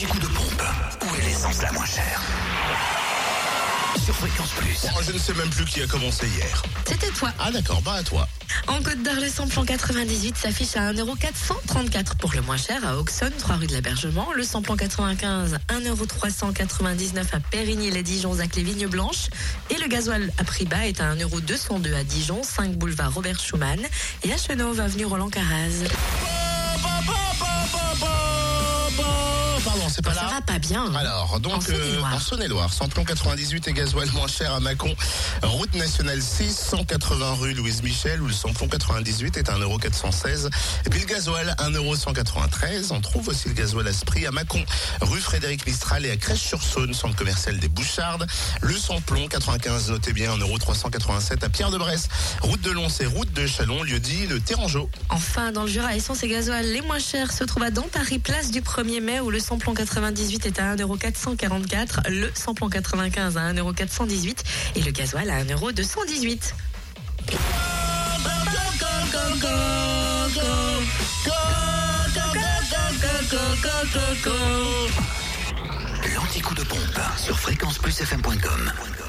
L'anti-coup de pompe. Où est l'essence la moins chère? Sur Fréquence Plus. Oh, je ne sais même plus qui a commencé hier. C'était toi. Ah d'accord, à toi. En Côte d'Or, le samplon 98 s'affiche à 1,434 € pour le moins cher à Auxonne, 3 rue de l'Abergement. Le samplon 95, 1,399 € à Périgny-les-Dijon, les Vignes Blanches. Et le gasoil à prix bas est à 1,202 € à Dijon, 5 boulevard Robert Schumann. Et à Chenauve, avenue Roland Caraz. Pardon, c'est pas Ça là. va pas bien. Alors, donc, en Saône-et-Loire, samplon 98 et gasoil moins cher à Mâcon, route nationale 6, 180 rue Louise Michel, où le samplon 98 est à 1,416 €. Et puis le gasoil, 1,193 €. On trouve aussi le gasoil à Spry à Mâcon, rue Frédéric Mistral et à Crèche-sur-Saône, centre commercial des Bouchardes. Le samplon 95, notez bien, 1,387 € à Pierre-de-Bresse, route de Lons et route de Chalon, lieu-dit le Térangeau. Enfin, dans le Jura, essence et gasoil les moins chers se trouvent à dans Paris, place du 1er mai, où le samplon 98 est à 1,444 €, le samplon 95 à 1,418 € et le gasoil à 1,218 €. L'anti-coup de pompe sur fréquenceplusfm.com.